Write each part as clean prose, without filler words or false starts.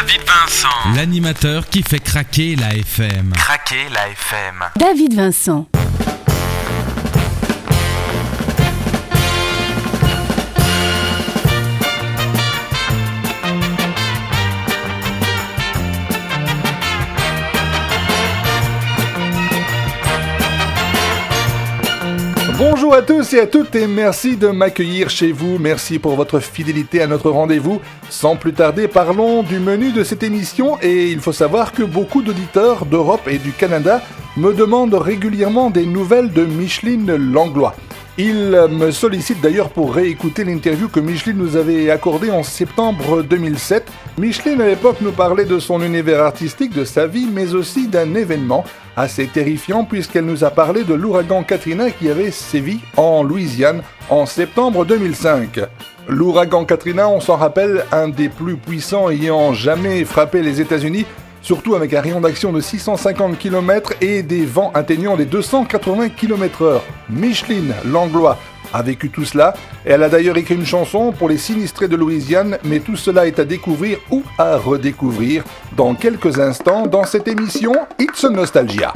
David Vincent, l'animateur qui fait craquer la FM. Craquer la FM. David Vincent. Bonjour à tous et à toutes et merci de m'accueillir chez vous. Merci pour votre fidélité à notre rendez-vous. Sans plus tarder, parlons du menu de cette émission et il faut savoir que beaucoup d'auditeurs d'Europe et du Canada me demandent régulièrement des nouvelles de Micheline Langlois. Ils me sollicitent d'ailleurs pour réécouter l'interview que Micheline nous avait accordée en septembre 2007. Micheline à l'époque nous parlait de son univers artistique, de sa vie, mais aussi d'un événement assez terrifiant puisqu'elle nous a parlé de l'ouragan Katrina qui avait sévi en Louisiane en septembre 2005. L'ouragan Katrina, on s'en rappelle, un des plus puissants ayant jamais frappé les États-Unis, surtout avec un rayon d'action de 650 km et des vents atteignant les 280 km/h. Micheline Langlois a vécu tout cela, et elle a d'ailleurs écrit une chanson pour les sinistrés de Louisiane, mais tout cela est à découvrir ou à redécouvrir dans quelques instants dans cette émission It's Nostalgia.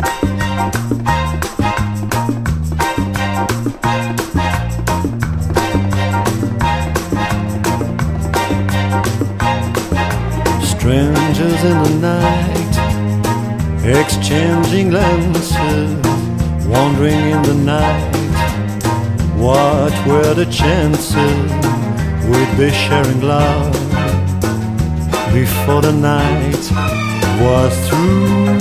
Strangers in the night, exchanging glances, wandering in the night. What were the chances we'd be sharing love before the night was through?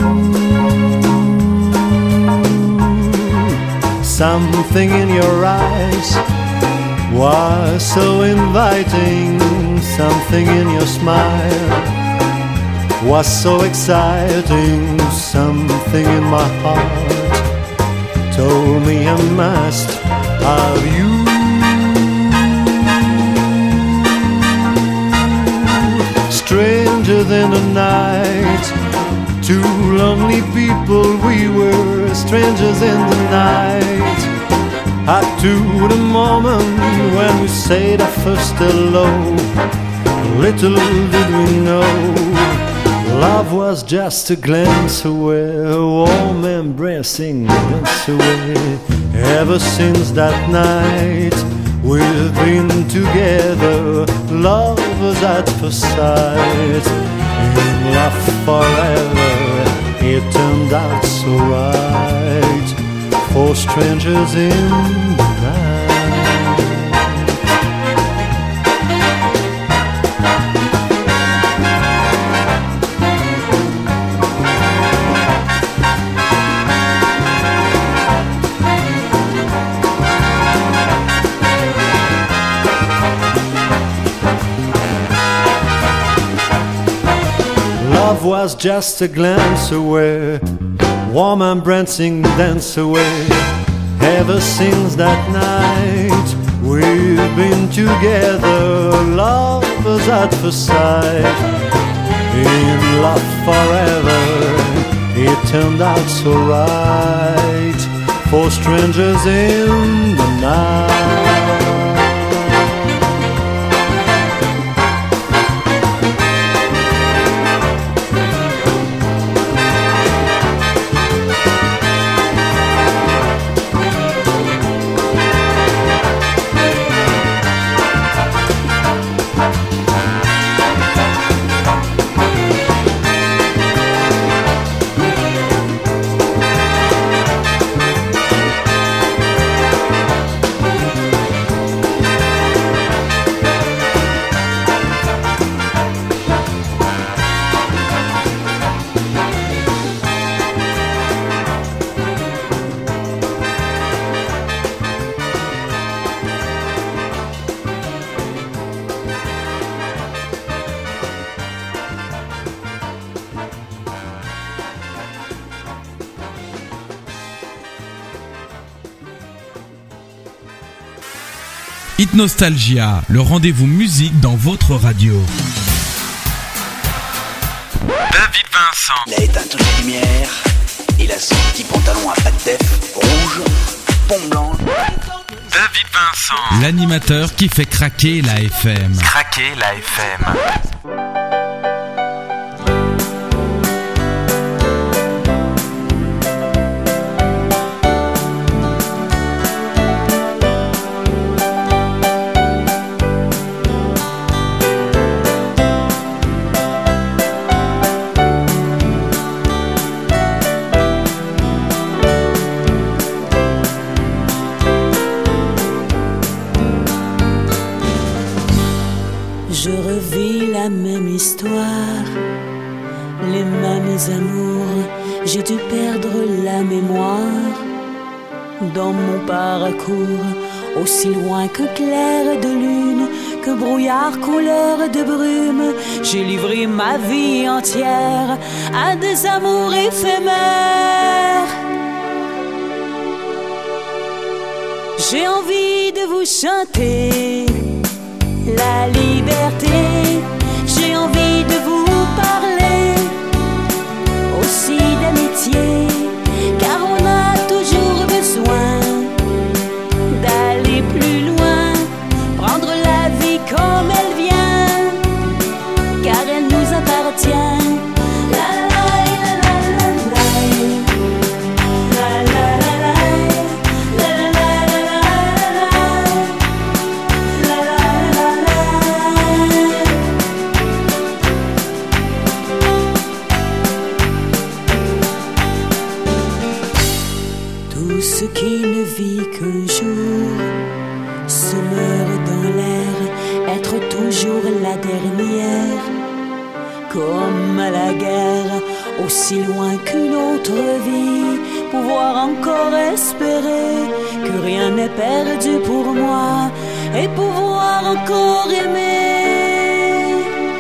Something in your eyes was so inviting, something in your smile was so exciting, something in my heart told me I must have you. Strangers in the night, two lonely people we were, strangers in the night. Up to the moment when we said our first hello, little did we know love was just a glance away, a warm embracing glance away. Ever since that night we've been together, lovers at first sight, in love forever. It turned out so right for strangers in the night. Love was just a glance away, warm embracing dance away. Ever since that night we've been together, lovers at first sight, in love forever. It turned out so right for strangers in the night. Hit Nostalgia, le rendez-vous musique dans votre radio. David Vincent. Il a éteint toutes les lumières. Il a son petit pantalon à pattes def, rouge, pompe blanche. David Vincent. L'animateur qui fait craquer la FM. Craquer la FM. Je revis la même histoire, les mêmes amours. J'ai dû perdre la mémoire dans mon parcours. Aussi loin que clair de lune, que brouillard couleur de brume, j'ai livré ma vie entière à des amours éphémères. J'ai envie de vous chanter la liberté, j'ai envie de vous parler aussi d'amitié, car on a toujours besoin d'aller plus loin, prendre la vie comme elle vient, car elle nous appartient. La la la la la la la la la la la la la. Tout ce qui ne vit qu'un jour se meurt dans l'air, être toujours la dernière, comme à la guerre, aussi loin qu'une autre vie, pouvoir encore espérer que rien n'est perdu pour moi et pouvoir encore aimer.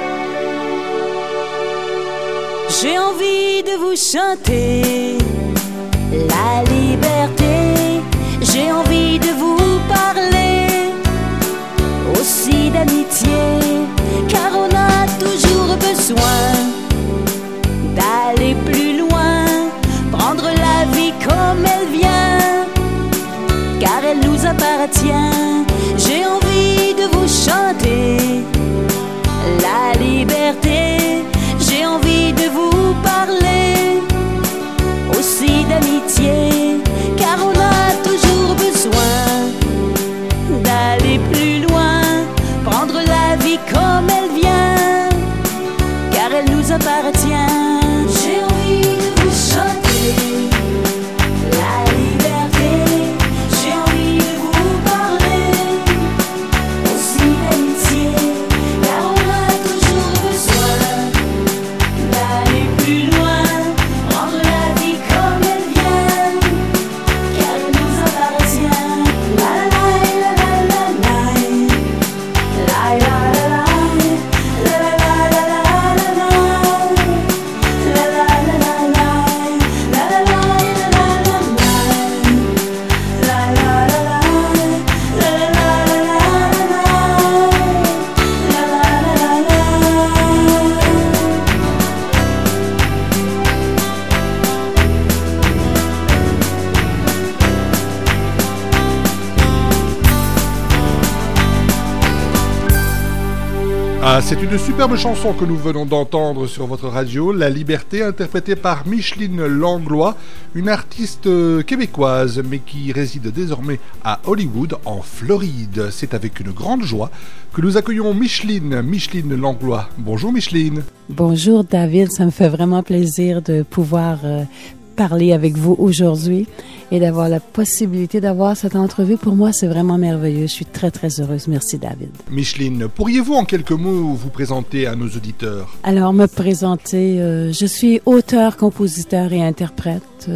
J'ai envie de vous chanter la liberté, j'ai envie de vous parler aussi d'amitié, car on a toujours besoin d'aller plus loin, prendre la vie comme elle vient, car elle nous appartient. J'ai envie de vous chanter la liberté, j'ai envie de vous parler aussi d'amitié, car on a toujours besoin d'aller plus loin, prendre la vie comme elle vient, car elle nous appartient. J'ai envie de vous chanter la liberté, j'ai envie de vous parler aussi d'amitié, car on a toujours besoin d'aller plus loin, prendre la vie comme elle vient, car elle nous appartient. La la la la la la la la la la Ah, c'est une superbe chanson que nous venons d'entendre sur votre radio, La Liberté, interprétée par Micheline Langlois, une artiste québécoise, mais qui réside désormais à Hollywood, en Floride. C'est avec une grande joie que nous accueillons Micheline Langlois. Bonjour Micheline. Bonjour David, ça me fait vraiment plaisir de pouvoir parler avec vous aujourd'hui et d'avoir la possibilité d'avoir cette entrevue. Pour moi, c'est vraiment merveilleux. Je suis très, très heureuse. Merci, David. Micheline, pourriez-vous en quelques mots vous présenter à nos auditeurs? Alors, me présenter, je suis auteur, compositeur et interprète.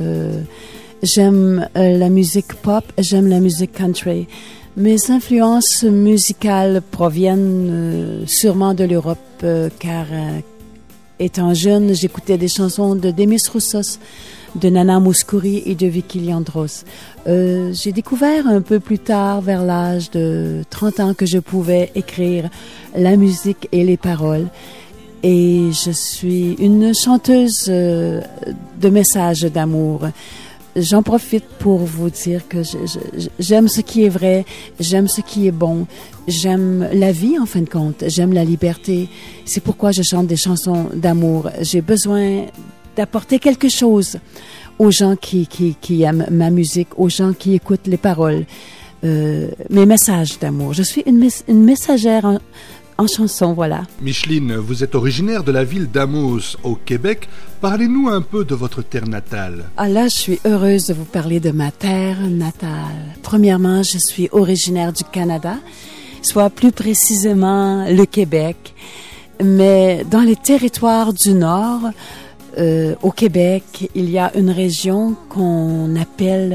J'aime la musique pop, j'aime la musique country. Mes influences musicales proviennent sûrement de l'Europe, car étant jeune, j'écoutais des chansons de Demis Roussos, de Nana Mouskouri et de Vicky Leandros. J'ai découvert un peu plus tard, vers l'âge de 30 ans, que je pouvais écrire la musique et les paroles. Et je suis une chanteuse de messages d'amour. J'en profite pour vous dire que j'aime ce qui est vrai, j'aime ce qui est bon, j'aime la vie en fin de compte, j'aime la liberté. C'est pourquoi je chante des chansons d'amour. J'ai besoin d'apporter quelque chose aux gens qui aiment ma musique, aux gens qui écoutent les paroles, mes messages d'amour. Je suis une messagère en chanson, voilà. Micheline, vous êtes originaire de la ville d'Amos, au Québec. Parlez-nous un peu de votre terre natale. Ah là, je suis heureuse de vous parler de ma terre natale. Premièrement, je suis originaire du Canada soit plus précisément le Québec. Mais dans les territoires du Nord, au Québec, il y a une région qu'on appelle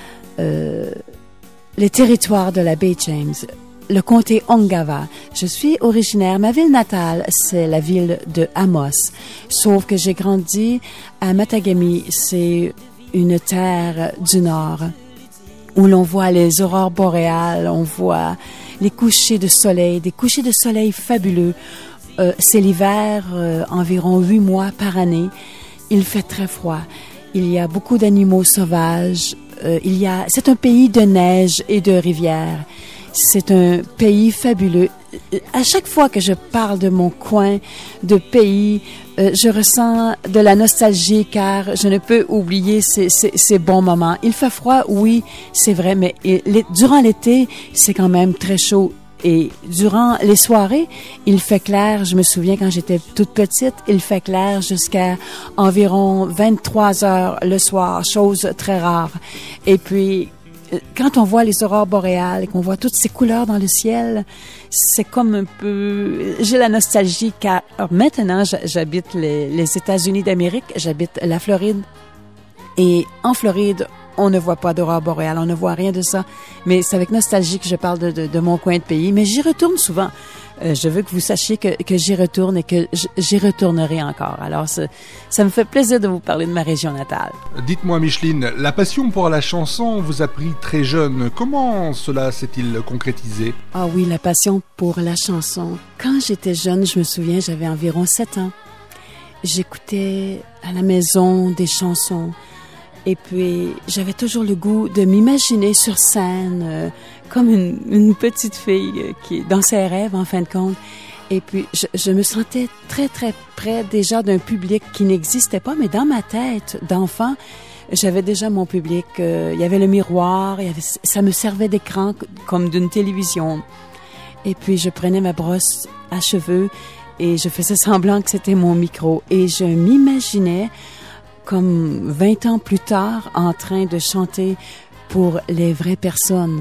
les territoires de la baie James, le comté Ongava. Je suis originaire, ma ville natale, c'est la ville de Amos. Sauf que j'ai grandi à Matagami, c'est une terre du Nord où l'on voit les aurores boréales, on voit les couchers de soleil, des couchers de soleil fabuleux. C'est l'hiver, environ 8 mois par année. Il fait très froid. Il y a beaucoup d'animaux sauvages. C'est un pays de neige et de rivières. C'est un pays fabuleux. À chaque fois que je parle de mon coin de pays, je ressens de la nostalgie car je ne peux oublier ces bons moments. Il fait froid, oui, c'est vrai, mais durant l'été, c'est quand même très chaud. Et durant les soirées, il fait clair. Je me souviens quand j'étais toute petite, il fait clair jusqu'à environ 23 heures le soir, chose très rare. Et puis, quand on voit les aurores boréales et qu'on voit toutes ces couleurs dans le ciel, c'est comme un peu... J'ai la nostalgie car maintenant, j'habite les États-Unis d'Amérique, j'habite la Floride. Et en Floride, on ne voit pas d'aurore boréale, on ne voit rien de ça. Mais c'est avec nostalgie que je parle de mon coin de pays. Mais j'y retourne souvent. Je veux que vous sachiez que j'y retourne et que j'y retournerai encore. Alors, ça me fait plaisir de vous parler de ma région natale. Dites-moi, Micheline, la passion pour la chanson vous a pris très jeune. Comment cela s'est-il concrétisé? Ah oui, la passion pour la chanson. Quand j'étais jeune, je me souviens, j'avais environ 7 ans. J'écoutais à la maison des chansons. Et puis, j'avais toujours le goût de m'imaginer sur scène comme une petite fille qui est dans ses rêves, en fin de compte. Et puis, je me sentais très, très près déjà d'un public qui n'existait pas, mais dans ma tête d'enfant, j'avais déjà mon public. Il y avait le miroir, ça me servait d'écran comme d'une télévision. Et puis, je prenais ma brosse à cheveux et je faisais semblant que c'était mon micro. Et je m'imaginais comme 20 ans plus tard, en train de chanter pour les vraies personnes.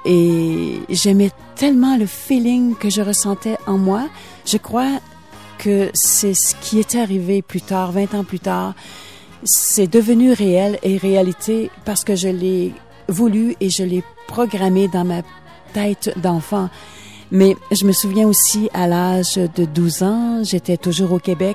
Et j'aimais tellement le feeling que je ressentais en moi. Je crois que c'est ce qui est arrivé plus tard, 20 ans plus tard. C'est devenu réel et réalité parce que je l'ai voulu et je l'ai programmé dans ma tête d'enfant. Mais je me souviens aussi, à l'âge de 12 ans, j'étais toujours au Québec.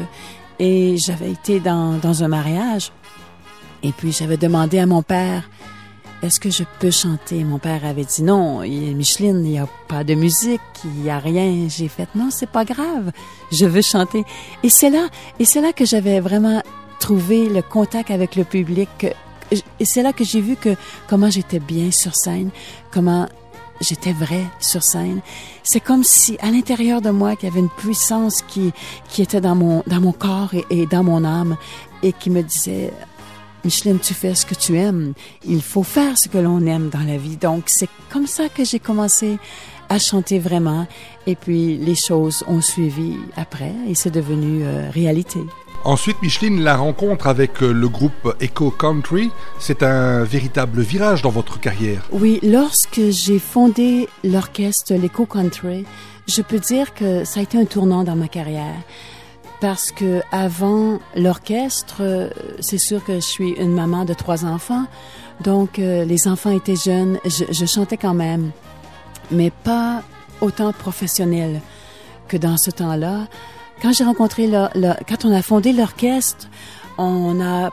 Et j'avais été dans un mariage. Et puis, j'avais demandé à mon père, est-ce que je peux chanter? Mon père avait dit non. Micheline, il n'y a pas de musique, il n'y a rien. J'ai fait, non, c'est pas grave. Je veux chanter. Et c'est là que j'avais vraiment trouvé le contact avec le public. Et c'est là que j'ai vu comment j'étais bien sur scène, comment j'étais vraie sur scène. C'est comme si, à l'intérieur de moi, qu'il y avait une puissance qui était dans mon corps et dans mon âme et qui me disait, Micheline, tu fais ce que tu aimes. Il faut faire ce que l'on aime dans la vie. Donc, c'est comme ça que j'ai commencé à chanter vraiment. Et puis, les choses ont suivi après et c'est devenu réalité. Ensuite, Micheline, la rencontre avec le groupe Echo Country, c'est un véritable virage dans votre carrière. Oui, lorsque j'ai fondé l'orchestre l'Echo Country, je peux dire que ça a été un tournant dans ma carrière. Parce que avant l'orchestre, c'est sûr que je suis une maman de 3 enfants, donc les enfants étaient jeunes, je chantais quand même, mais pas autant professionnel que dans ce temps-là. Quand j'ai rencontré quand on a fondé l'orchestre, on a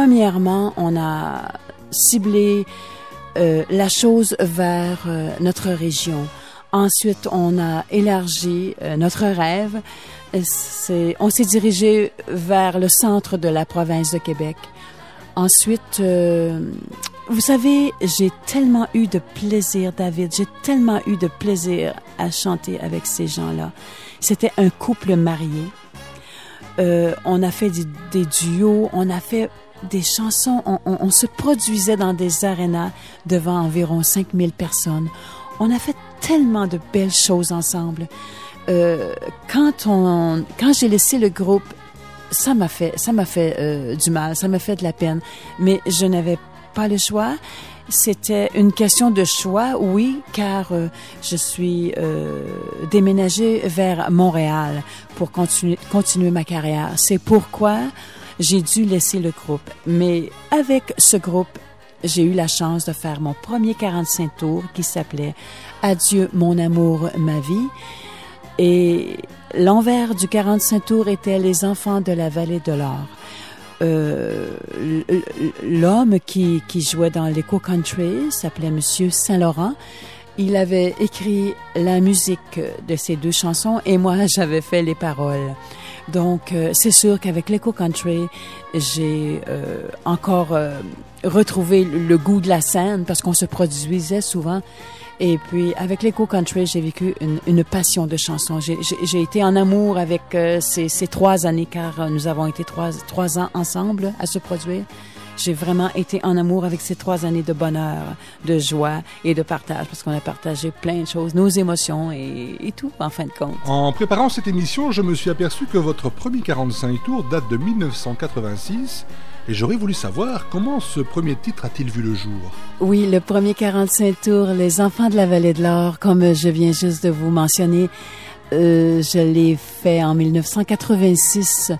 ciblé la chose vers notre région. Ensuite, on a élargi notre rêve. On s'est dirigé vers le centre de la province de Québec. Ensuite, vous savez, j'ai tellement eu de plaisir, David, j'ai tellement eu de plaisir à chanter avec ces gens-là. C'était un couple marié. On a fait des duos, on a fait des chansons, on se produisait dans des arénas devant environ 5000 personnes. On a fait tellement de belles choses ensemble. Quand j'ai laissé le groupe, ça m'a fait du mal, ça m'a fait de la peine. Mais je n'avais pas le choix. C'était une question de choix, oui, car je suis déménagée vers Montréal pour continuer ma carrière. C'est pourquoi j'ai dû laisser le groupe. Mais avec ce groupe, j'ai eu la chance de faire mon premier 45 tours qui s'appelait « Adieu mon amour, ma vie ». Et l'envers du 45 tours était « Les enfants de la vallée de l'or ». L'homme qui jouait dans l'Echo Country s'appelait Monsieur Saint-Laurent. Il avait écrit la musique de ces deux chansons et moi, j'avais fait les paroles. Donc, c'est sûr qu'avec l'Echo Country, j'ai encore retrouvé le goût de la scène parce qu'on se produisait souvent. Et puis, avec l'Echo Country, j'ai vécu une passion de chansons. J'ai été en amour avec ces 3 années, car nous avons été 3 ans ensemble à se produire. J'ai vraiment été en amour avec ces 3 années de bonheur, de joie et de partage, parce qu'on a partagé plein de choses, nos émotions et tout, en fin de compte. En préparant cette émission, je me suis aperçu que votre premier 45 tours date de 1986. Et j'aurais voulu savoir comment ce premier titre a-t-il vu le jour? Oui, le premier 45 tours, Les enfants de la vallée de l'or, comme je viens juste de vous mentionner, je l'ai fait en 1986.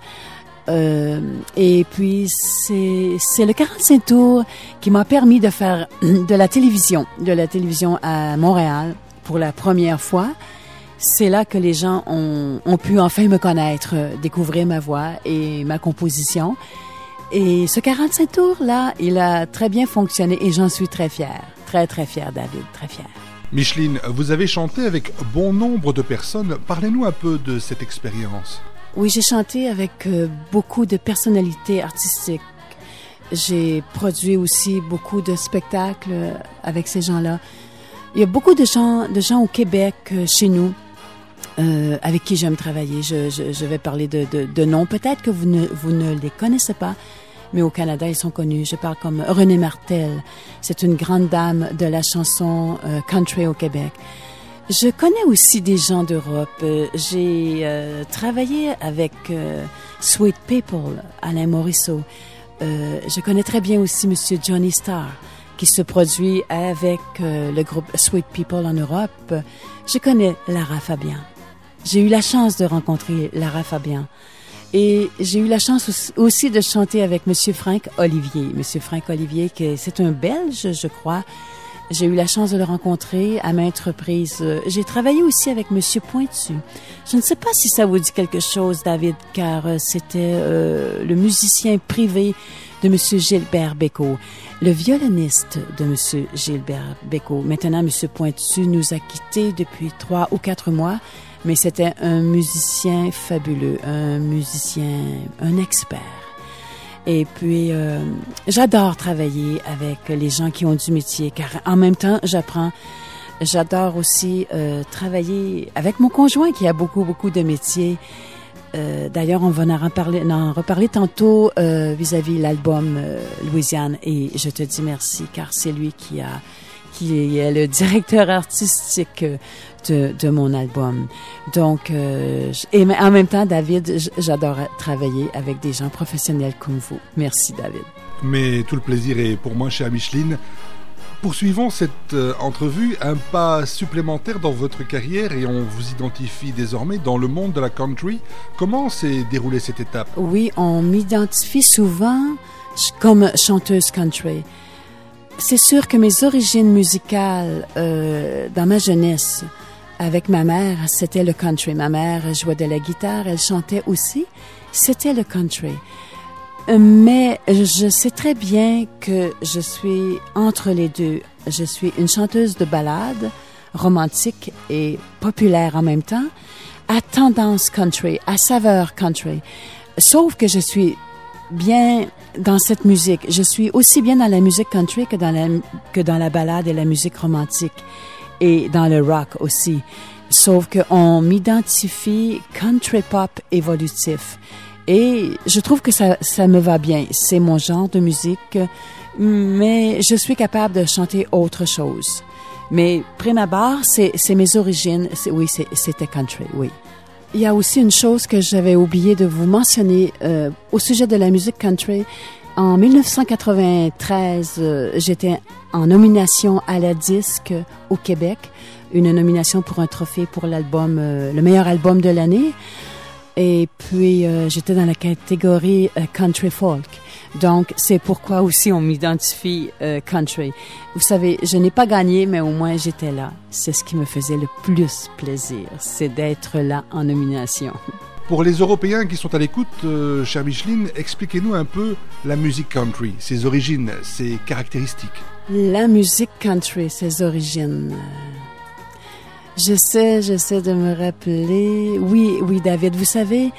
Et puis, c'est le 45 tours qui m'a permis de faire de la télévision à Montréal pour la première fois. C'est là que les gens ont pu enfin me connaître, découvrir ma voix et ma composition. Et ce 45 tours-là, il a très bien fonctionné et j'en suis très fière. Très, très fière, David, très fière. Micheline, vous avez chanté avec bon nombre de personnes. Parlez-nous un peu de cette expérience. Oui, j'ai chanté avec beaucoup de personnalités artistiques. J'ai produit aussi beaucoup de spectacles avec ces gens-là. Il y a beaucoup de gens au Québec, chez nous, avec qui j'aime travailler. Je vais parler de noms. Peut-être que vous ne les connaissez pas, mais au Canada, ils sont connus. Je parle comme Renée Martel. C'est une grande dame de la chanson country au Québec. Je connais aussi des gens d'Europe. J'ai travaillé avec Sweet People, Alain Morisseau. Je connais très bien aussi Monsieur Johnny Starr, qui se produit avec le groupe Sweet People en Europe. Je connais Lara Fabian. J'ai eu la chance de rencontrer Lara Fabian. Et j'ai eu la chance aussi de chanter avec Monsieur Frank Olivier. Monsieur Frank Olivier, c'est un Belge, je crois. J'ai eu la chance de le rencontrer à maintes reprises. J'ai travaillé aussi avec Monsieur Pointu. Je ne sais pas si ça vous dit quelque chose, David, car c'était le musicien privé de Monsieur Gilbert Bécaud, le violoniste de Monsieur Gilbert Bécaud. Maintenant, Monsieur Pointu nous a quittés depuis 3 ou 4 mois, mais c'était un musicien fabuleux, un expert. Et puis, j'adore travailler avec les gens qui ont du métier, car en même temps, j'apprends. J'adore aussi travailler avec mon conjoint qui a beaucoup de métiers. D'ailleurs, on va en reparler tantôt vis-à-vis l'album Louisiane. Et je te dis merci, car c'est lui qui est le directeur artistique de mon album. Donc, et en même temps, David, j'adore travailler avec des gens professionnels comme vous. Merci, David. Mais tout le plaisir est pour moi, chère Micheline. Poursuivons cette entrevue, un pas supplémentaire dans votre carrière et on vous identifie désormais dans le monde de la country. Comment s'est déroulée cette étape? Oui, on m'identifie souvent comme chanteuse country. C'est sûr que mes origines musicales dans ma jeunesse, avec ma mère, c'était le country. Ma mère jouait de la guitare, elle chantait aussi. C'était le country. Mais je sais très bien que je suis entre les deux. Je suis une chanteuse de ballades, romantique et populaire en même temps, à tendance country, à saveur country. Sauf que je suis bien dans cette musique. Je suis aussi bien dans la musique country que dans la ballade et la musique romantique. Et dans le rock aussi. Sauf qu'on m'identifie country pop évolutif. Et je trouve que ça me va bien. C'est mon genre de musique, mais je suis capable de chanter autre chose. Mais prime abord, c'est mes origines. C'était country, oui. Il y a aussi une chose que j'avais oublié de vous mentionner au sujet de la musique country, En 1993, j'étais en nomination à la disque au Québec, une nomination pour un trophée pour l'album, le meilleur album de l'année. Et puis, j'étais dans la catégorie country folk. Donc, c'est pourquoi aussi on m'identifie country. Vous savez, je n'ai pas gagné, mais au moins j'étais là. C'est ce qui me faisait le plus plaisir, c'est d'être là en nomination. Pour les Européens qui sont à l'écoute, chère Micheline, expliquez-nous un peu la musique country, ses origines, ses caractéristiques. La musique country, ses origines. J'essaie de me rappeler. Oui, David, vous savez,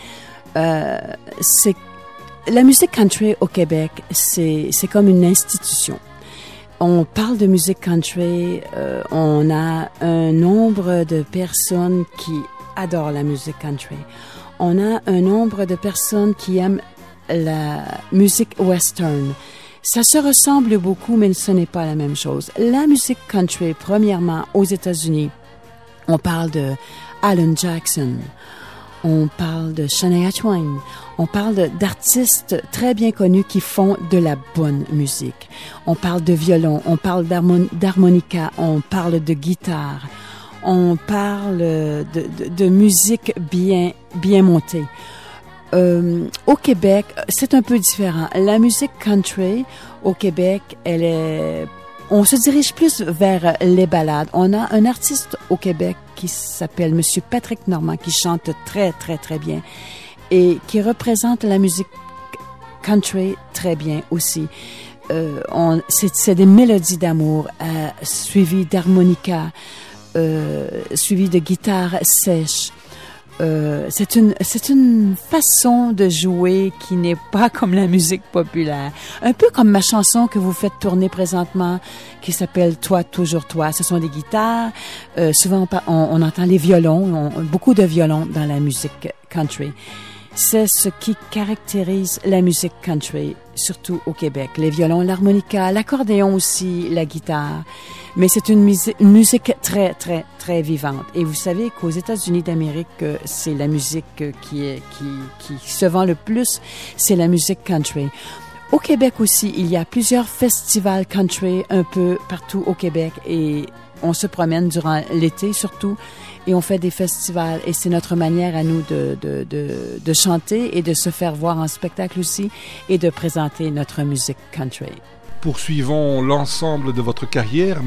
c'est la musique country au Québec, c'est comme une institution. On parle de musique country, on a un nombre de personnes qui adorent la musique country. On a un nombre de personnes qui aiment la musique western. Ça se ressemble beaucoup, mais ce n'est pas la même chose. La musique country, premièrement, aux États-Unis, on parle de Alan Jackson, on parle de Shania Twain, on parle d'artistes très bien connus qui font de la bonne musique. On parle de violon, on parle d'harmonica, on parle de guitare, on parle de musique bien montée. Au Québec, c'est un peu différent. La musique country au Québec, on se dirige plus vers les ballades. On a un artiste au Québec qui s'appelle Monsieur Patrick Normand, qui chante très, très, très bien et qui représente la musique country très bien aussi. C'est des mélodies d'amour suivies d'harmonica, suivies de guitare sèche. C'est une façon de jouer qui n'est pas comme la musique populaire. Un peu comme ma chanson que vous faites tourner présentement, qui s'appelle Toi, toujours toi. Ce sont des guitares. Souvent, on entend les violons, beaucoup de violons dans la musique country. C'est ce qui caractérise la musique country, surtout au Québec. Les violons, l'harmonica, l'accordéon aussi, la guitare. Mais c'est une musique très, très, très vivante. Et vous savez qu'aux États-Unis d'Amérique, c'est la musique qui se vend le plus, c'est la musique country. Au Québec aussi, il y a plusieurs festivals country un peu partout au Québec et on se promène durant l'été surtout et on fait des festivals et c'est notre manière à nous de chanter et de se faire voir en spectacle aussi et de présenter notre musique country. Poursuivons l'ensemble de votre carrière,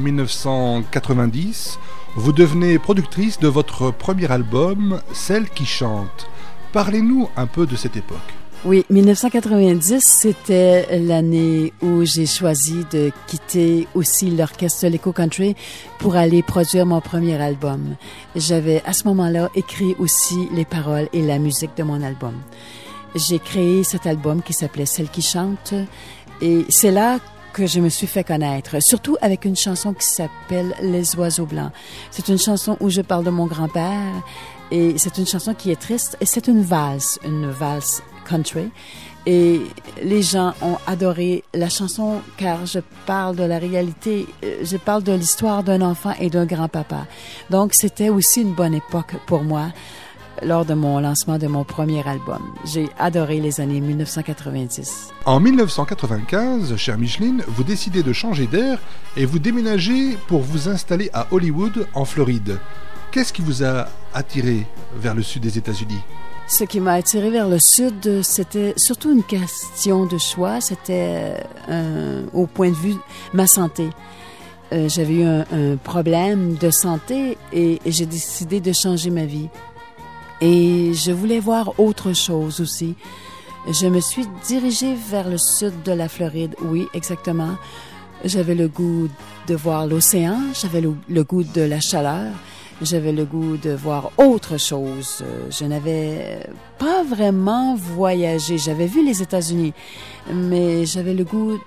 1990. Vous devenez productrice de votre premier album, Celle qui chante. Parlez-nous un peu de cette époque. Oui, 1990, c'était l'année où j'ai choisi de quitter aussi l'orchestre L'Écho Country pour aller produire mon premier album. J'avais à ce moment-là écrit aussi les paroles et la musique de mon album. J'ai créé cet album qui s'appelait Celle qui chante et c'est là que je me suis fait connaître, surtout avec une chanson qui s'appelle Les oiseaux blancs. C'est une chanson où je parle de mon grand-père et c'est une chanson qui est triste et c'est une valse country. Et les gens ont adoré la chanson car je parle de la réalité, je parle de l'histoire d'un enfant et d'un grand-papa. Donc c'était aussi une bonne époque pour moi lors de mon lancement de mon premier album. J'ai adoré les années 1990. En 1995, chère Micheline, vous décidez de changer d'air et vous déménagez pour vous installer à Hollywood, en Floride. Qu'est-ce qui vous a attiré vers le sud des États-Unis? Ce qui m'a attiré vers le sud, c'était surtout une question de choix. C'était au point de vue ma santé. J'avais eu un problème de santé et j'ai décidé de changer ma vie. Et je voulais voir autre chose aussi. Je me suis dirigée vers le sud de la Floride. Oui, exactement. J'avais le goût de voir l'océan. J'avais le goût de la chaleur. J'avais le goût de voir autre chose. Je n'avais pas vraiment voyagé. J'avais vu les États-Unis, mais j'avais le goût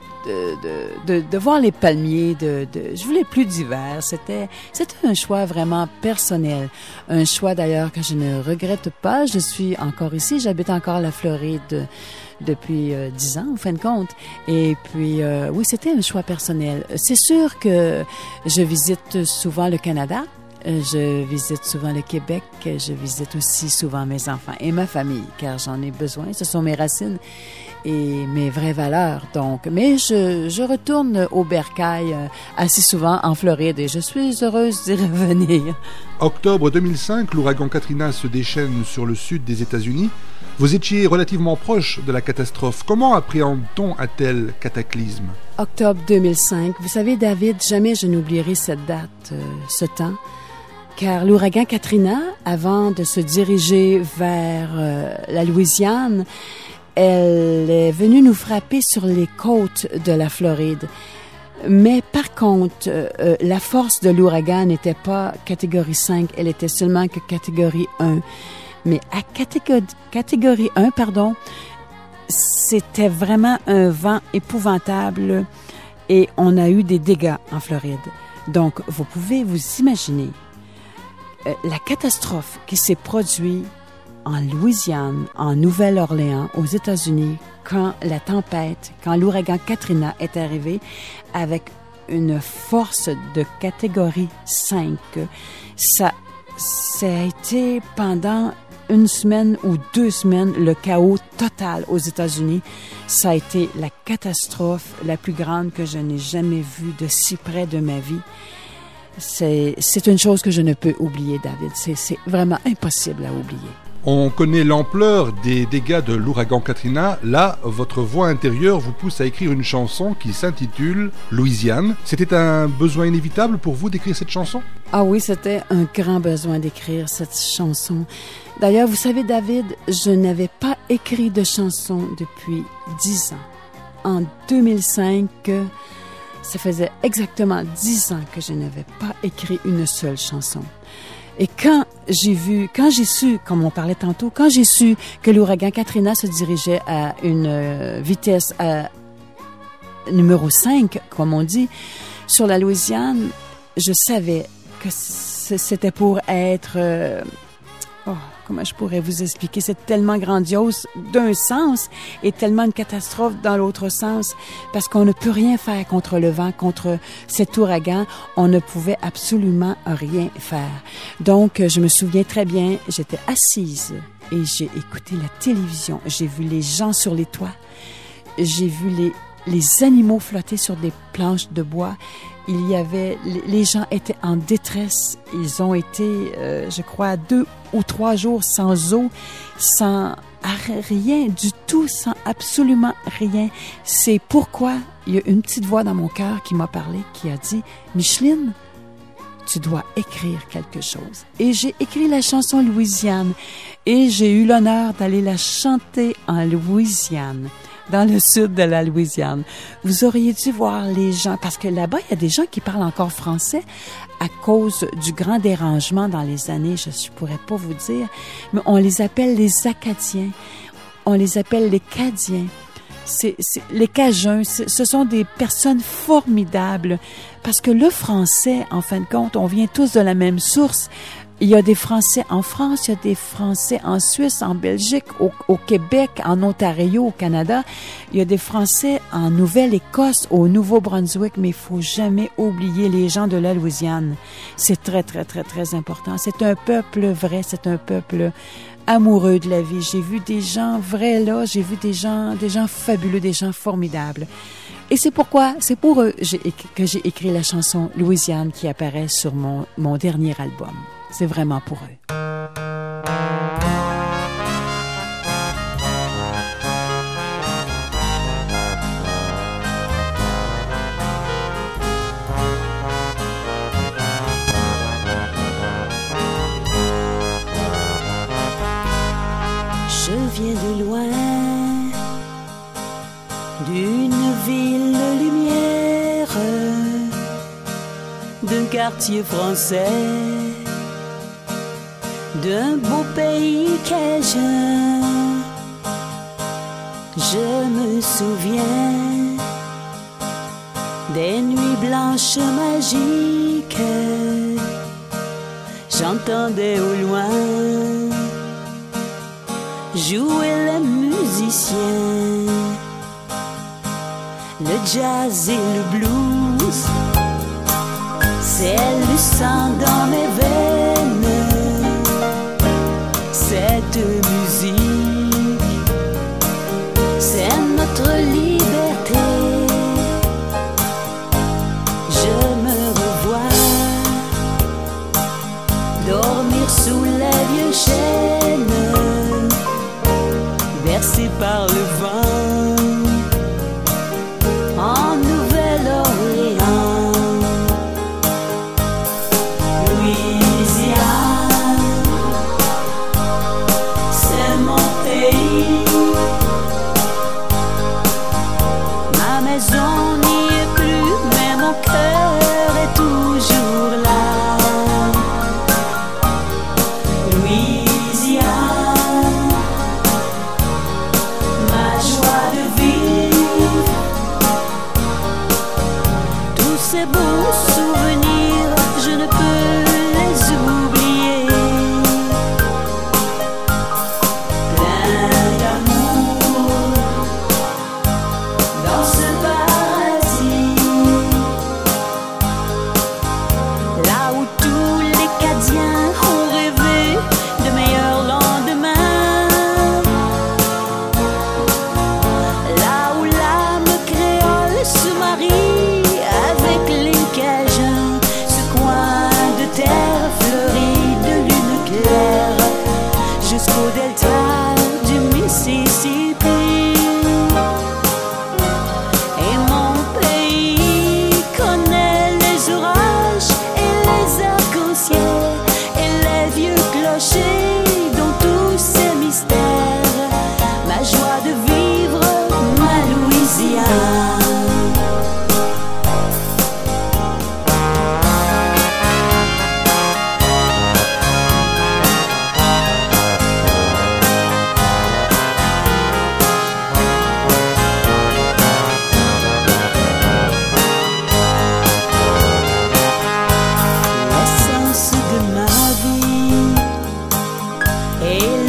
de voir les palmiers. Je voulais plus d'hiver. C'était un choix vraiment personnel. Un choix d'ailleurs que je ne regrette pas. Je suis encore ici. J'habite encore la Floride depuis 10 ans, en fin de compte. Et puis, oui, c'était un choix personnel. C'est sûr que je visite souvent le Canada. Je visite souvent le Québec, je visite aussi souvent mes enfants et ma famille, car j'en ai besoin, ce sont mes racines. et mes vraies valeurs. Donc, mais je retourne au bercail assez souvent en Floride et je suis heureuse d'y revenir. Octobre 2005, l'ouragan Katrina se déchaîne sur le sud des États-Unis. Vous étiez relativement proche de la catastrophe. Comment appréhende-t-on un tel cataclysme? Octobre 2005. Vous savez, David, jamais je n'oublierai cette date, ce temps, car l'ouragan Katrina, avant de se diriger vers la Louisiane, elle est venue nous frapper sur les côtes de la Floride. Mais par contre, la force de l'ouragan n'était pas catégorie 5, elle était seulement que catégorie 1. Mais à catégorie 1, c'était vraiment un vent épouvantable et on a eu des dégâts en Floride. Donc, vous pouvez vous imaginer la catastrophe qui s'est produite en Louisiane, en Nouvelle-Orléans, aux États-Unis, quand la tempête, quand l'ouragan Katrina est arrivé avec une force de catégorie 5. Ça a été pendant une semaine ou 2 semaines le chaos total aux États-Unis. Ça a été la catastrophe la plus grande que je n'ai jamais vue de si près de ma vie. C'est une chose que je ne peux oublier, David. C'est vraiment impossible à oublier. On connaît l'ampleur des dégâts de l'ouragan Katrina. Là, votre voix intérieure vous pousse à écrire une chanson qui s'intitule « Louisiane ». C'était un besoin inévitable pour vous d'écrire cette chanson? Ah oui, c'était un grand besoin d'écrire cette chanson. D'ailleurs, vous savez, David, je n'avais pas écrit de chanson depuis 10 ans. En 2005, ça faisait exactement 10 ans que je n'avais pas écrit une seule chanson. Et quand j'ai su, comme on parlait tantôt, quand j'ai su que l'ouragan Katrina se dirigeait à une vitesse numéro 5, comme on dit, sur la Louisiane, je savais que c'était pour être... comment je pourrais vous expliquer? C'est tellement grandiose d'un sens et tellement une catastrophe dans l'autre sens parce qu'on ne peut rien faire contre le vent, contre cet ouragan. On ne pouvait absolument rien faire. Donc, je me souviens très bien, j'étais assise et j'ai écouté la télévision. J'ai vu les gens sur les toits. J'ai vu les animaux flotter sur des planches de bois. Les gens étaient en détresse. Ils ont été, je crois, 2 ou 3 jours sans eau, sans rien du tout, sans absolument rien. C'est pourquoi il y a une petite voix dans mon cœur qui m'a parlé, qui a dit « Micheline, tu dois écrire quelque chose. » Et j'ai écrit la chanson Louisiane et j'ai eu l'honneur d'aller la chanter en Louisiane, dans le sud de la Louisiane. Vous auriez dû voir les gens, parce que là-bas, il y a des gens qui parlent encore français à cause du grand dérangement dans les années, je ne pourrais pas vous dire, mais on les appelle les Acadiens, on les appelle les Cadiens. Les Cajuns, ce sont des personnes formidables, parce que le français, en fin de compte, on vient tous de la même source. Il y a des Français en France, il y a des Français en Suisse, en Belgique, au Québec, en Ontario, au Canada. Il y a des Français en Nouvelle-Écosse, au Nouveau-Brunswick, mais il faut jamais oublier les gens de la Louisiane. C'est très, très, très, très important. C'est un peuple vrai, c'est un peuple amoureux de la vie. J'ai vu des gens vrais là, j'ai vu des gens fabuleux, des gens formidables. Et c'est pourquoi, c'est pour eux que j'ai écrit la chanson Louisiane qui apparaît sur mon dernier album. C'est vraiment pour eux. Je viens de loin, d'une ville de lumière, d'un quartier français, d'un beau pays cajun. Je me souviens des nuits blanches magiques. J'entendais au loin jouer les musiciens, le jazz et le blues. C'est le sang dans mes veines. Cette musique, c'est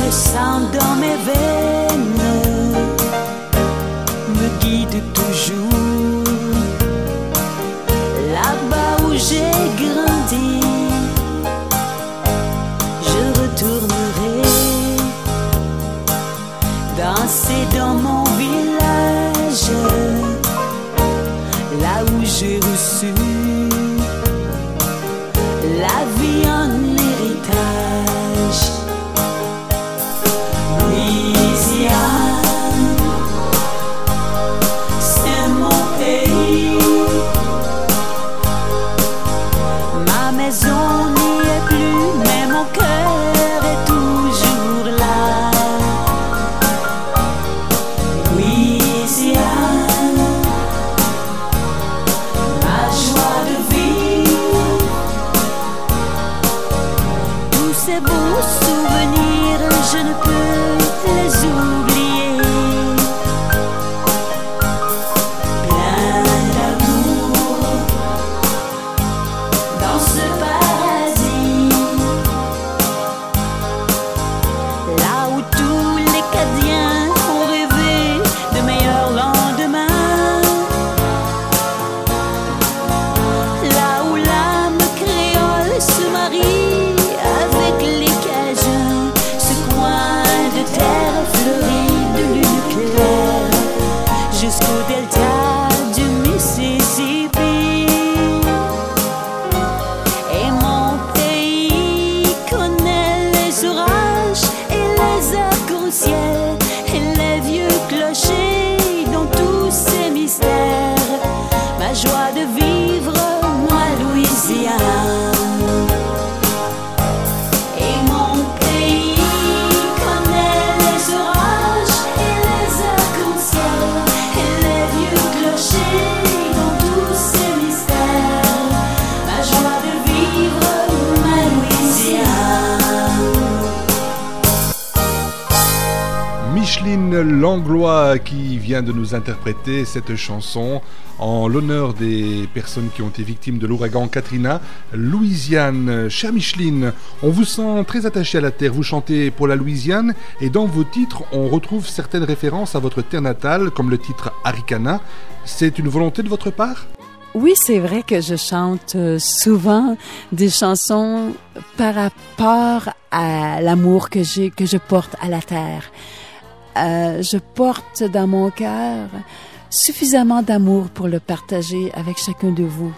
le sang dans mes veines me guide toujours. Là-bas où j'ai grandi, je retournerai danser dans mon village, là où j'ai reçu la vie en héritage. Louisiane, c'est mon pays. Ma maison n'y est plus, mais mon cœur est toujours là. Louisiane, ma joie de vivre, tous ces beaux souvenirs, je ne peux les oublier. Plein d'amour dans ce paradis, là où tous les Cadiens ont rêvé de meilleurs lendemains, là où l'âme créole se marie avec les Cajuns, ce coin de terre fleurie de lune claire jusqu'au delta du Mississippi. Et mon pays connaît les orages et les arcs-en-ciel et les vieux clochers dans tous ces mystères. Ma joie de vivre, moi Louisiane. Et mon pays connaît les orages et les arcs-en-ciel et les vieux clochers dans tous ces mystères. Ma joie de vivre, ma Louisiane. Micheline Langlois qui vient de nous interpréter cette chanson en l'honneur des personnes qui ont été victimes de l'ouragan Katrina. Louisiane, chère Micheline, on vous sent très attachée à la terre, vous chantez pour la Louisiane et dans vos titres on retrouve certaines références à votre terre natale comme le titre Arikana. C'est une volonté de votre part ? Oui, c'est vrai que je chante souvent des chansons par rapport à l'amour que je porte à la terre. Je porte dans mon cœur suffisamment d'amour pour le partager avec chacun de vous.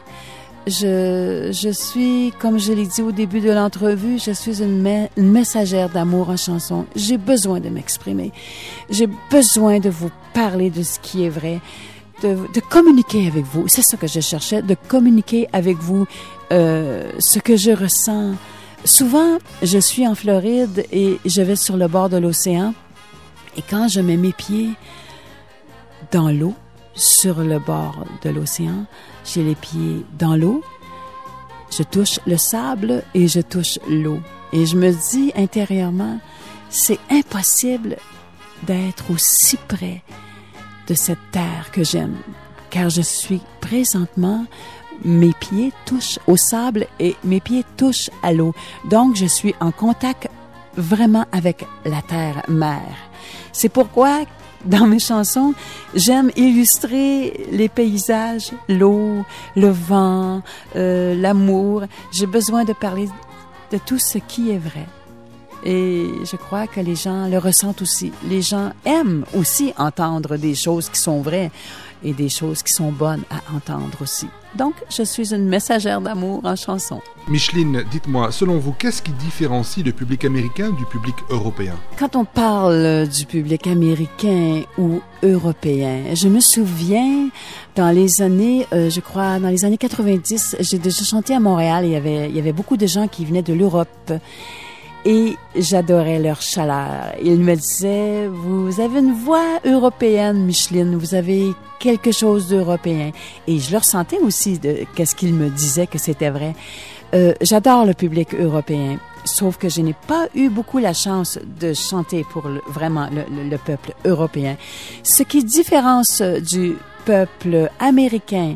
Je suis, comme je l'ai dit au début de l'entrevue, je suis une messagère d'amour en chanson. J'ai besoin de m'exprimer. J'ai besoin de vous parler de ce qui est vrai, de communiquer avec vous. C'est ça que je cherchais, de communiquer avec vous ce que je ressens. Souvent, je suis en Floride et je vais sur le bord de l'océan. Et quand je mets mes pieds dans l'eau, sur le bord de l'océan, j'ai les pieds dans l'eau, je touche le sable et je touche l'eau. Et je me dis intérieurement, c'est impossible d'être aussi près de cette terre que j'aime, car je suis présentement, mes pieds touchent au sable et mes pieds touchent à l'eau. Donc, je suis en contact vraiment avec la terre-mère. C'est pourquoi, dans mes chansons, j'aime illustrer les paysages, l'eau, le vent, l'amour. J'ai besoin de parler de tout ce qui est vrai. Et je crois que les gens le ressentent aussi. Les gens aiment aussi entendre des choses qui sont vraies et des choses qui sont bonnes à entendre aussi. Donc, je suis une messagère d'amour en chanson. Micheline, dites-moi, selon vous, qu'est-ce qui différencie le public américain du public européen? Quand on parle du public américain ou européen, je me souviens dans les années, je crois, dans les années 90, j'ai déjà chanté à Montréal et il y avait beaucoup de gens qui venaient de l'Europe. Et j'adorais leur chaleur. Ils me disaient, vous avez une voix européenne, Micheline, vous avez quelque chose d'européen. Et je le ressentais aussi qu'est-ce qu'ils me disaient que c'était vrai. J'adore le public européen, sauf que je n'ai pas eu beaucoup la chance de chanter pour vraiment le peuple européen. Ce qui différence du peuple américain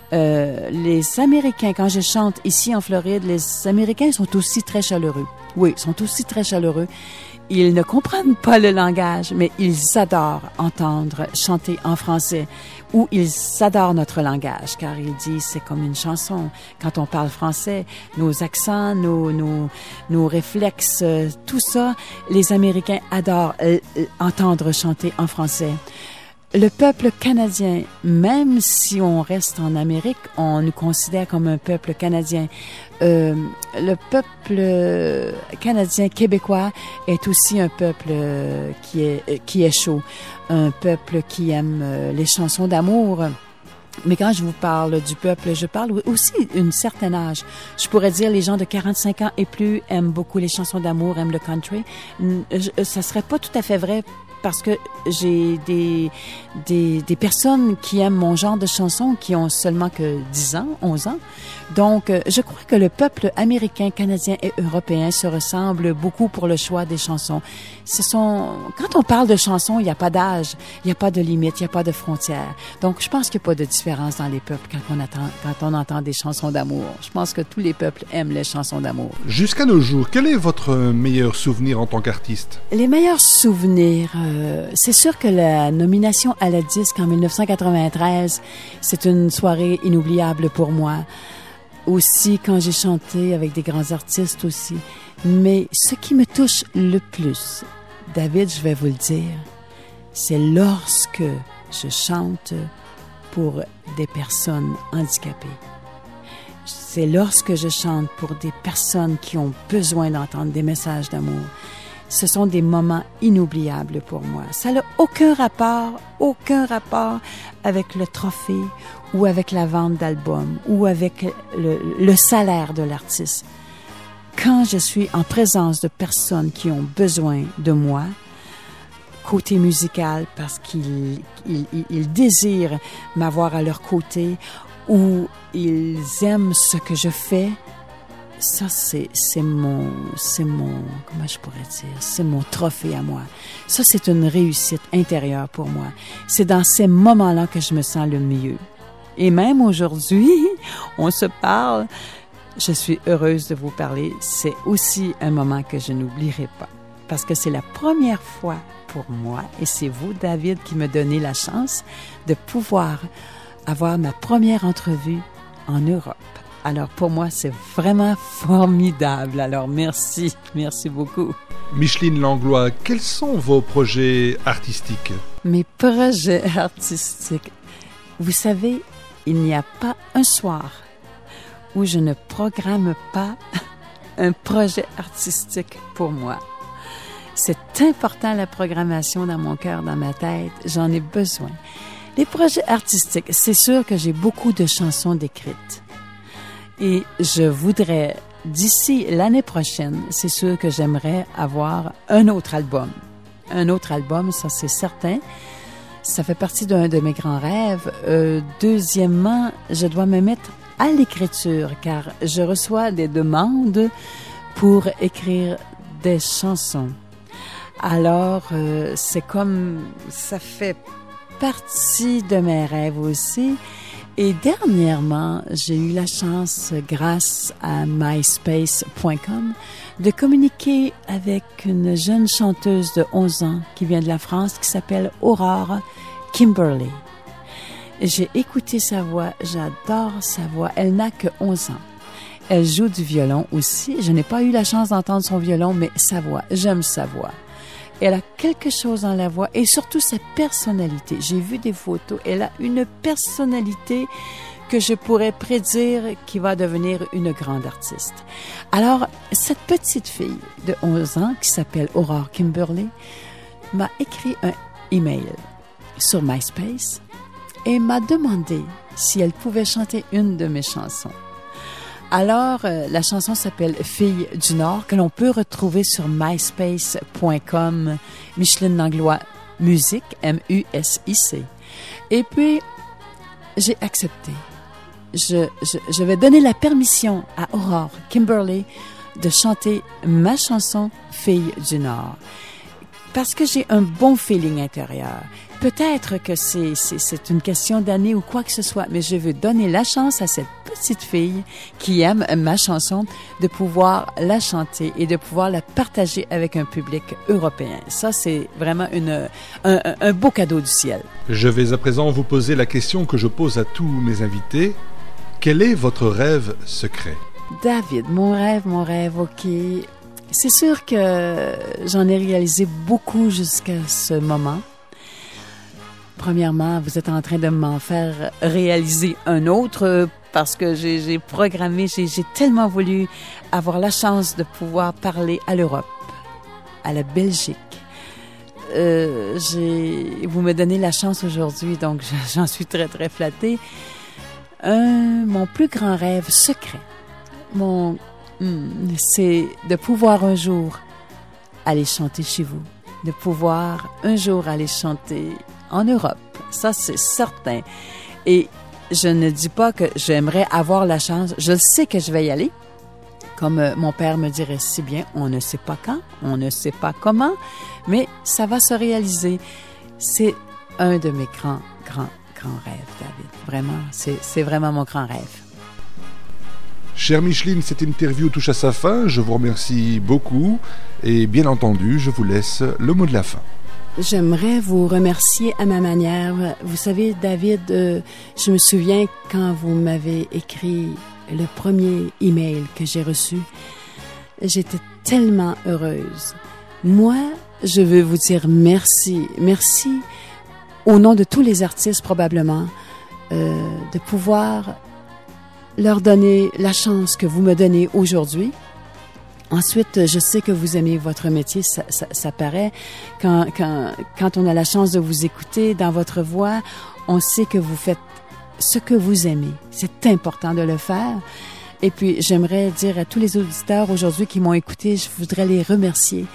Les Américains, quand je chante ici en Floride, les Américains sont aussi très chaleureux. Oui, sont aussi très chaleureux. Ils ne comprennent pas le langage, mais ils adorent entendre chanter en français ou ils adorent notre langage, car ils disent c'est comme une chanson. Quand on parle français, nos accents, nos réflexes, tout ça, les Américains adorent entendre chanter en français. Le peuple canadien, même si on reste en Amérique, on nous considère comme un peuple canadien. Le peuple canadien québécois est aussi un peuple qui est chaud, un peuple qui aime les chansons d'amour. Mais quand je vous parle du peuple, je parle aussi d'un certain âge. Je pourrais dire les gens de 45 ans et plus aiment beaucoup les chansons d'amour, aiment le country. Ça serait pas tout à fait vrai parce que j'ai des personnes qui aiment mon genre de chansons qui ont seulement que 10 ans, 11 ans. Donc, je crois que le peuple américain, canadien et européen se ressemblent beaucoup pour le choix des chansons. Quand on parle de chansons, il n'y a pas d'âge, il n'y a pas de limite, il n'y a pas de frontières. Donc, je pense qu'il n'y a pas de différence dans les peuples quand on entend des chansons d'amour. Je pense que tous les peuples aiment les chansons d'amour. Jusqu'à nos jours, quel est votre meilleur souvenir en tant qu'artiste? Les meilleurs souvenirs, c'est sûr que la nomination à la disque en 1993, c'est une soirée inoubliable pour moi. Aussi, quand j'ai chanté avec des grands artistes aussi. Mais ce qui me touche le plus, David, je vais vous le dire, c'est lorsque je chante pour des personnes handicapées. C'est lorsque je chante pour des personnes qui ont besoin d'entendre des messages d'amour. Ce sont des moments inoubliables pour moi. Ça n'a aucun rapport avec le trophée ou avec la vente d'albums ou avec le salaire de l'artiste. Quand je suis en présence de personnes qui ont besoin de moi, côté musical, parce qu'ils désirent m'avoir à leur côté ou ils aiment ce que je fais, ça, c'est mon, comment je pourrais dire, c'est mon trophée à moi. Ça, c'est une réussite intérieure pour moi. C'est dans ces moments-là que je me sens le mieux. Et même aujourd'hui, on se parle, je suis heureuse de vous parler. C'est aussi un moment que je n'oublierai pas. Parce que c'est la première fois pour moi, et c'est vous, David, qui me donnez la chance de pouvoir avoir ma première entrevue en Europe. Alors, pour moi, c'est vraiment formidable. Alors, merci beaucoup. Micheline Langlois, quels sont vos projets artistiques? Mes projets artistiques. Vous savez, il n'y a pas un soir où je ne programme pas un projet artistique pour moi. C'est important, la programmation dans mon cœur, dans ma tête. J'en ai besoin. Les projets artistiques, c'est sûr que j'ai beaucoup de chansons décrites. Et je voudrais, d'ici l'année prochaine, c'est sûr que j'aimerais avoir un autre album. Un autre album, ça c'est certain. Ça fait partie d'un de mes grands rêves. Deuxièmement, je dois me mettre à l'écriture, car je reçois des demandes pour écrire des chansons. Alors, c'est comme, ça fait partie de mes rêves aussi. Et dernièrement, j'ai eu la chance, grâce à myspace.com, de communiquer avec une jeune chanteuse de 11 ans qui vient de la France, qui s'appelle Aurore Kimberly. J'ai écouté sa voix, j'adore sa voix. Elle n'a que 11 ans. Elle joue du violon aussi. Je n'ai pas eu la chance d'entendre son violon, mais sa voix, j'aime sa voix. Elle a quelque chose dans la voix et surtout sa personnalité. J'ai vu des photos. Elle a une personnalité que je pourrais prédire qui va devenir une grande artiste. Alors, cette petite fille de 11 ans qui s'appelle Aurore Kimberly m'a écrit un email sur MySpace et m'a demandé si elle pouvait chanter une de mes chansons. Alors, la chanson s'appelle « Fille du Nord » que l'on peut retrouver sur myspace.com, Micheline Langlois Musique, M-U-S-I-C. Et puis, j'ai accepté. Je vais donner la permission à Aurore Kimberly de chanter ma chanson « Fille du Nord ». parce que j'ai un bon feeling intérieur. Peut-être que c'est une question d'année ou quoi que ce soit, mais je veux donner la chance à cette petite fille qui aime ma chanson de pouvoir la chanter et de pouvoir la partager avec un public européen. Ça, c'est vraiment un beau cadeau du ciel. Je vais à présent vous poser la question que je pose à tous mes invités. Quel est votre rêve secret? David, mon rêve, OK. C'est sûr que j'en ai réalisé beaucoup jusqu'à ce moment. Premièrement, vous êtes en train de m'en faire réaliser un autre parce que j'ai programmé, j'ai tellement voulu avoir la chance de pouvoir parler à l'Europe, à la Belgique. Vous me donnez la chance aujourd'hui, donc j'en suis très, très flattée. Mon plus grand rêve secret, c'est de pouvoir un jour aller chanter chez vous, de pouvoir un jour aller chanter en Europe. Ça, c'est certain. Et je ne dis pas que j'aimerais avoir la chance. Je sais que je vais y aller. Comme mon père me dirait si bien, on ne sait pas quand, on ne sait pas comment, mais ça va se réaliser. C'est un de mes grands rêves, David. Vraiment, c'est vraiment mon grand rêve. Chère Micheline, cette interview touche à sa fin. Je vous remercie beaucoup et bien entendu, je vous laisse le mot de la fin. J'aimerais vous remercier à ma manière. Vous savez, David, je me souviens quand vous m'avez écrit le premier email que j'ai reçu, j'étais tellement heureuse. Moi, je veux vous dire merci. Merci au nom de tous les artistes probablement, de pouvoir leur donner la chance que vous me donnez aujourd'hui. Ensuite, je sais que vous aimez votre métier, ça paraît. Quand on a la chance de vous écouter dans votre voix, on sait que vous faites ce que vous aimez. C'est important de le faire. Et puis, j'aimerais dire à tous les auditeurs aujourd'hui qui m'ont écouté, je voudrais les remercier.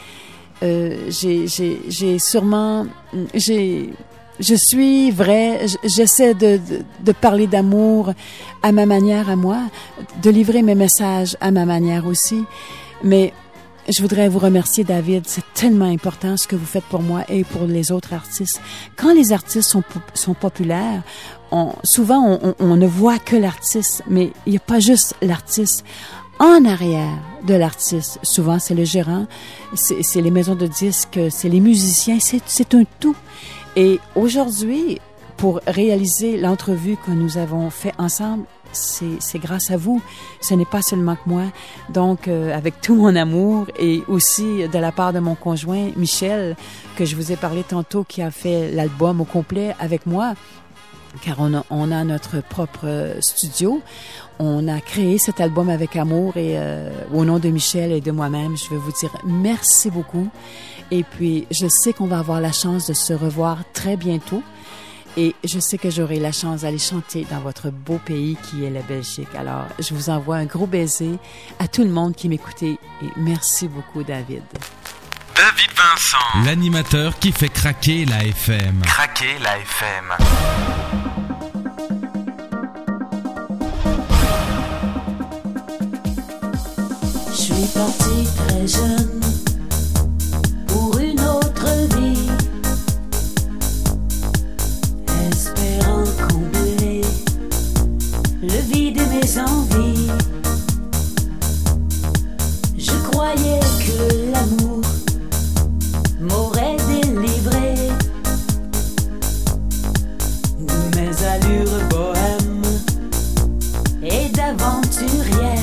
Je suis vraie, j'essaie de parler d'amour à ma manière, à moi, de livrer mes messages à ma manière aussi. Mais je voudrais vous remercier, David. C'est tellement important ce que vous faites pour moi et pour les autres artistes. Quand les artistes sont populaires, souvent on ne voit que l'artiste, mais il n'y a pas juste l'artiste. En arrière de l'artiste, souvent c'est le gérant, c'est les maisons de disques, c'est les musiciens, c'est un tout. Et aujourd'hui, pour réaliser l'entrevue que nous avons fait ensemble, c'est grâce à vous. Ce n'est pas seulement que moi. Donc, avec tout mon amour et aussi de la part de mon conjoint, Michel, que je vous ai parlé tantôt, qui a fait l'album au complet avec moi, car on a notre propre studio. On a créé cet album avec amour et au nom de Michel et de moi-même, je veux vous dire merci beaucoup. Et puis, je sais qu'on va avoir la chance de se revoir très bientôt. Et je sais que j'aurai la chance d'aller chanter dans votre beau pays qui est la Belgique. Alors, je vous envoie un gros baiser à tout le monde qui m'écoutait et merci beaucoup, David. David Vincent, l'animateur qui fait craquer la FM. Craquer la FM. Je suis parti très jeune pour une autre vie, espérant combler le vide de mes envies. Je croyais que l'amour m'aurait délivré de mes allures bohèmes et d'aventurière.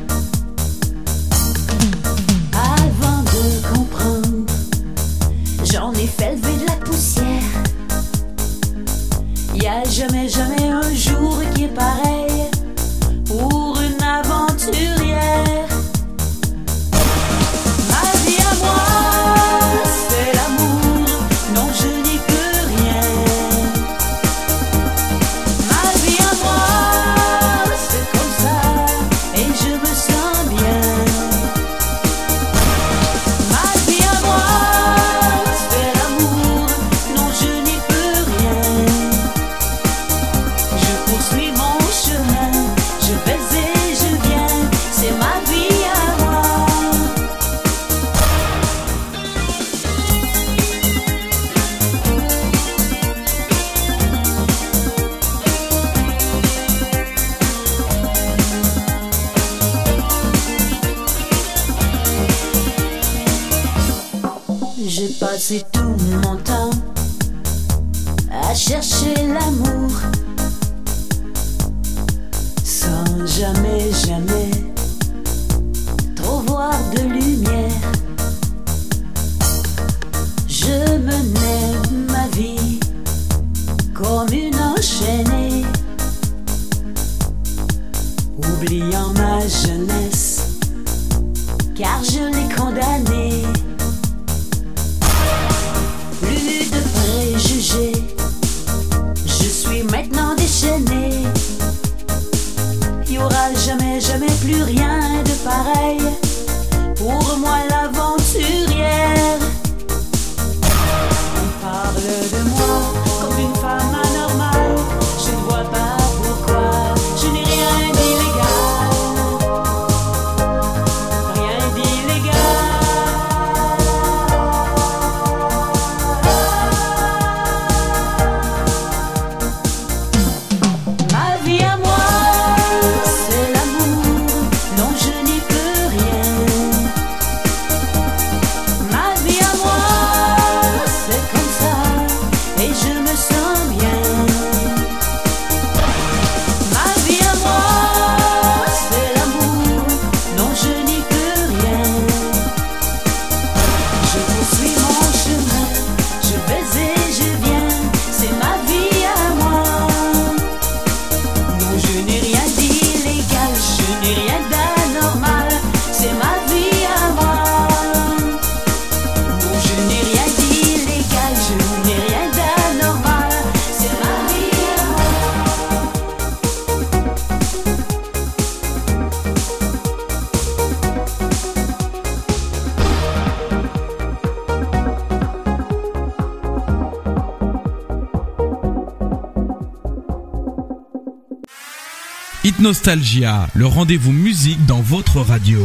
Avant de comprendre, j'en ai fait lever de la poussière. Y a jamais un jour qui est pareil pour une aventurière. Ma vie à moi, c'est l'amour, non je n'y peux rien. Ma vie à moi, c'est comme ça et je me sens bien. Ma vie à moi, c'est l'amour, non je n'y peux rien. J'ai passé tout mon temps à chercher l'amour, sans jamais, jamais trop voir de lumière. Je menais ma vie comme une enchaînée, oubliant ma jeunesse, car je l'ai condamnée. Plus de préjugés, je suis maintenant déchaînée. Y aura jamais, jamais plus rien de pareil pour moi l'aventurière. On parle de moi comme une femme anormale, je ne vois pas pourquoi je n'ai rien d'illégal, rien d'illégal. Ma vie à moi, c'est l'amour dont je n'y peux rien. Ma vie à moi, c'est comme ça et je me sens bien. Ma vie à moi, c'est l'amour dont je n'y peux rien. Je poursuis mon chemin, je vais et je viens, c'est ma vie à moi. Non, je n'ai rien d'illégal, je n'ai rien d'anormal, c'est ma vie à moi. Non, je n'ai rien d'illégal, je n'ai rien d'anormal, c'est ma vie à moi. Hit Nostalgia, le rendez-vous musique dans votre radio.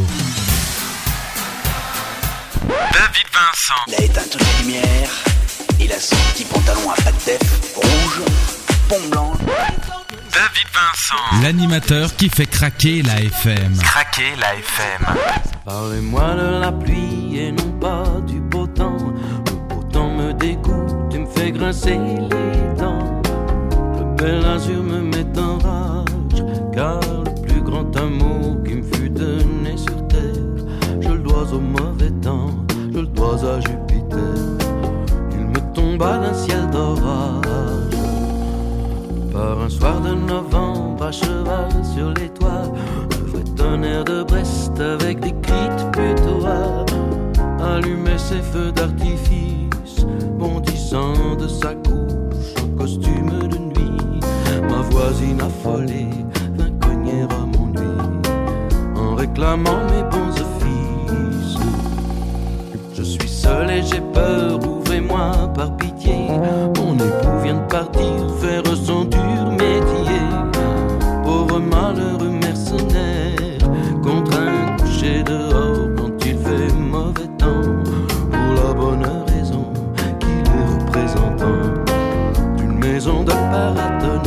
David Vincent. Il a éteint toutes les lumières. Il a son petit pantalon à pattes def, rouge, pont blanc. David Vincent. L'animateur qui fait craquer la FM. Craquer la FM. Parlez-moi de la pluie et non pas du beau temps. Le beau temps me dégoûte et me fait grincer les dents. Le bel azur me met en rage, car le plus grand amour qui me fut donné sur terre, je le dois au mauvais temps, je le dois à Jupiter. Il me tomba d'un ciel d'orage, par un soir de novembre à cheval sur les toits. Le vrai tonnerre de Brest avec des cris de putois allumait ses feux d'artifice, bondissant de sa couche en costume de nuit. Ma voisine affolée vint cogner à mon lit en réclamant mes bons offices. Je suis seul et j'ai peur, ouvrez-moi par pitié. Mon époux vient de partir faire son dur métier. Pauvre malheureux mercenaire, contraint de coucher dehors quand il fait mauvais temps, pour la bonne raison qu'il est représentant d'une maison de paratonnerre.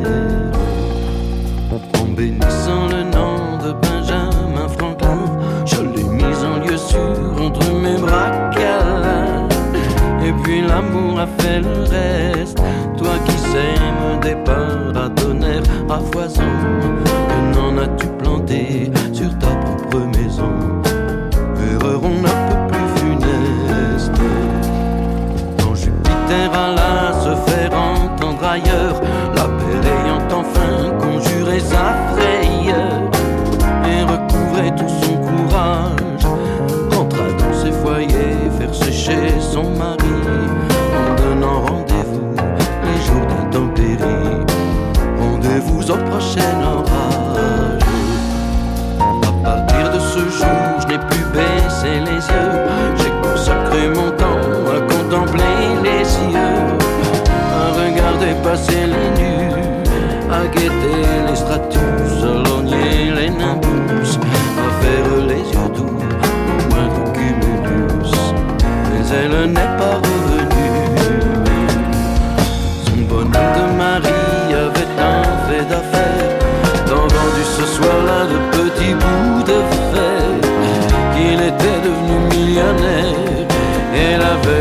En bénissant le nom de Benjamin Franklin, je l'ai mis en lieu sûr entre mes bras câlins. Et puis l'amour a fait le reste. Toi qui sèmes des paratonnerres à foison, que n'en as-tu planté sur ta propre maison? Erreur on un peu plus funeste. Quand Jupiter alla se faire entendre ailleurs, la belle ayant enfin conjuré sa frayeur et recouvré tout son courage, rentra dans ses foyers faire sécher son mari, en donnant rendez-vous les jours d'intempéries, rendez-vous au prochain orage. À partir de ce jour, je n'ai plus baissé les yeux, j'ai consacré mon temps à contempler les cieux, à regarder passer les nues, à guetter les stratus, à lorgner les nimbus, à faire les yeux doux au moindre cumulus. Mais elle n'est pas revenue. Son bonhomme de mari avait un fait d'affaires, tant vendu ce soir-là de petits bouts de fer, qu'il était devenu millionnaire et l'avait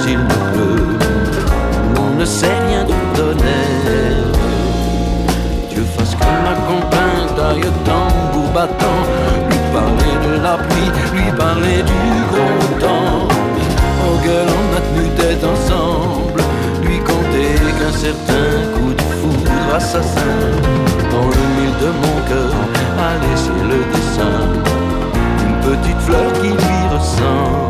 il ne pleut, on ne sait rien d'ordinaire. Dieu fasse que ma compagne taille tambour battant, lui parler de la pluie, lui parler du gros temps. Oh gueule, on a tenu tête ensemble, lui compter qu'un certain coup de foudre assassin dans le mille de mon cœur a laissé le dessin d'une petite fleur qui lui ressemble.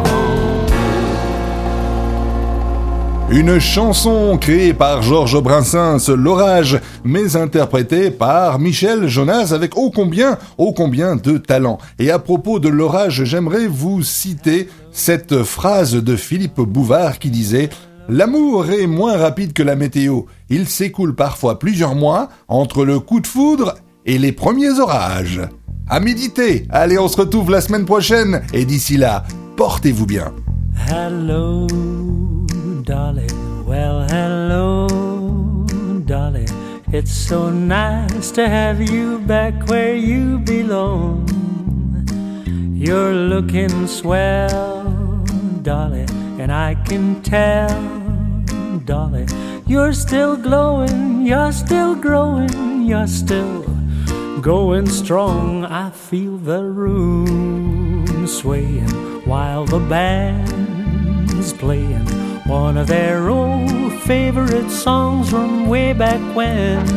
Une chanson créée par Georges Brassens, L'Orage, mais interprétée par Michel Jonas avec ô combien de talent. Et à propos de L'Orage, j'aimerais vous citer cette phrase de Philippe Bouvard qui disait « L'amour est moins rapide que la météo. Il s'écoule parfois plusieurs mois entre le coup de foudre et les premiers orages. » À méditer. Allez, on se retrouve la semaine prochaine. Et d'ici là, portez-vous bien. Hello, darling. Well, hello, darling. It's so nice to have you back where you belong. You're looking swell, darling, and I can tell, darling, you're still glowing, you're still growing, you're still going strong. I feel the room swaying while the band's playing one of their old favorite songs from way back when.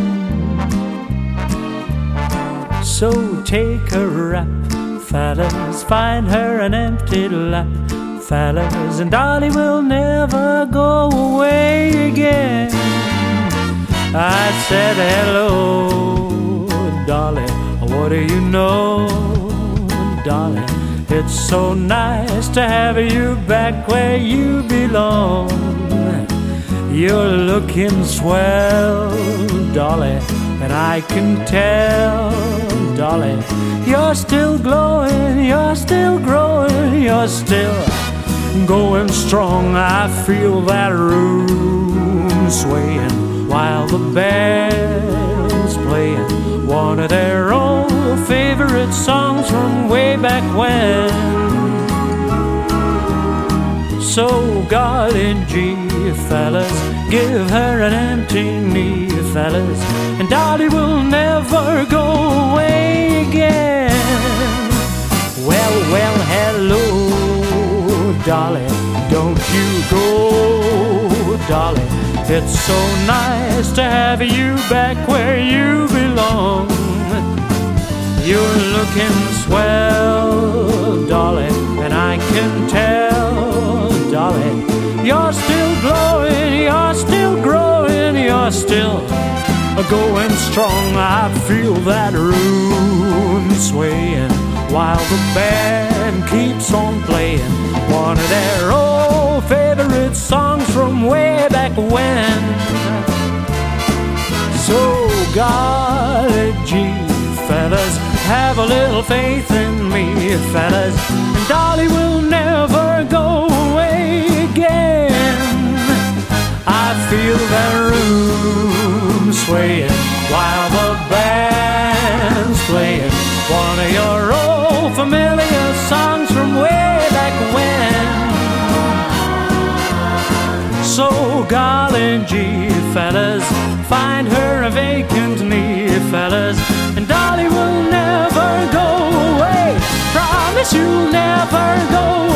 So take a rap, fellas, find her an empty lap, fellas, and Dolly will never go away again. I said hello, Dolly, what do you know, Dolly? It's so nice to have you back where you belong. You're looking swell, Dolly, and I can tell, Dolly, you're still glowing, you're still growing, you're still going strong. I feel that room swaying while the band's playing one of their old favorite songs from way back when. So golly gee, fellas, give her an empty knee, fellas, and Dolly will never go away again. Well, hello, Dolly, don't you go, Dolly. It's so nice to have you back where you belong. You're looking swell, Dolly, and I can tell, Dolly, you're still glowing, you're still growing, you're still going strong. I feel that room swaying while the band keeps on playing one of their old favorite songs from way back when. So golly gee, fellas, have a little faith in me, fellas, and Dolly will never go away again. I feel that room swaying while the band's playing one of your old familiar songs from way back when. So golly gee, fellas, find her a vacant knee, fellas, and Dolly will never go away. Promise you'll never go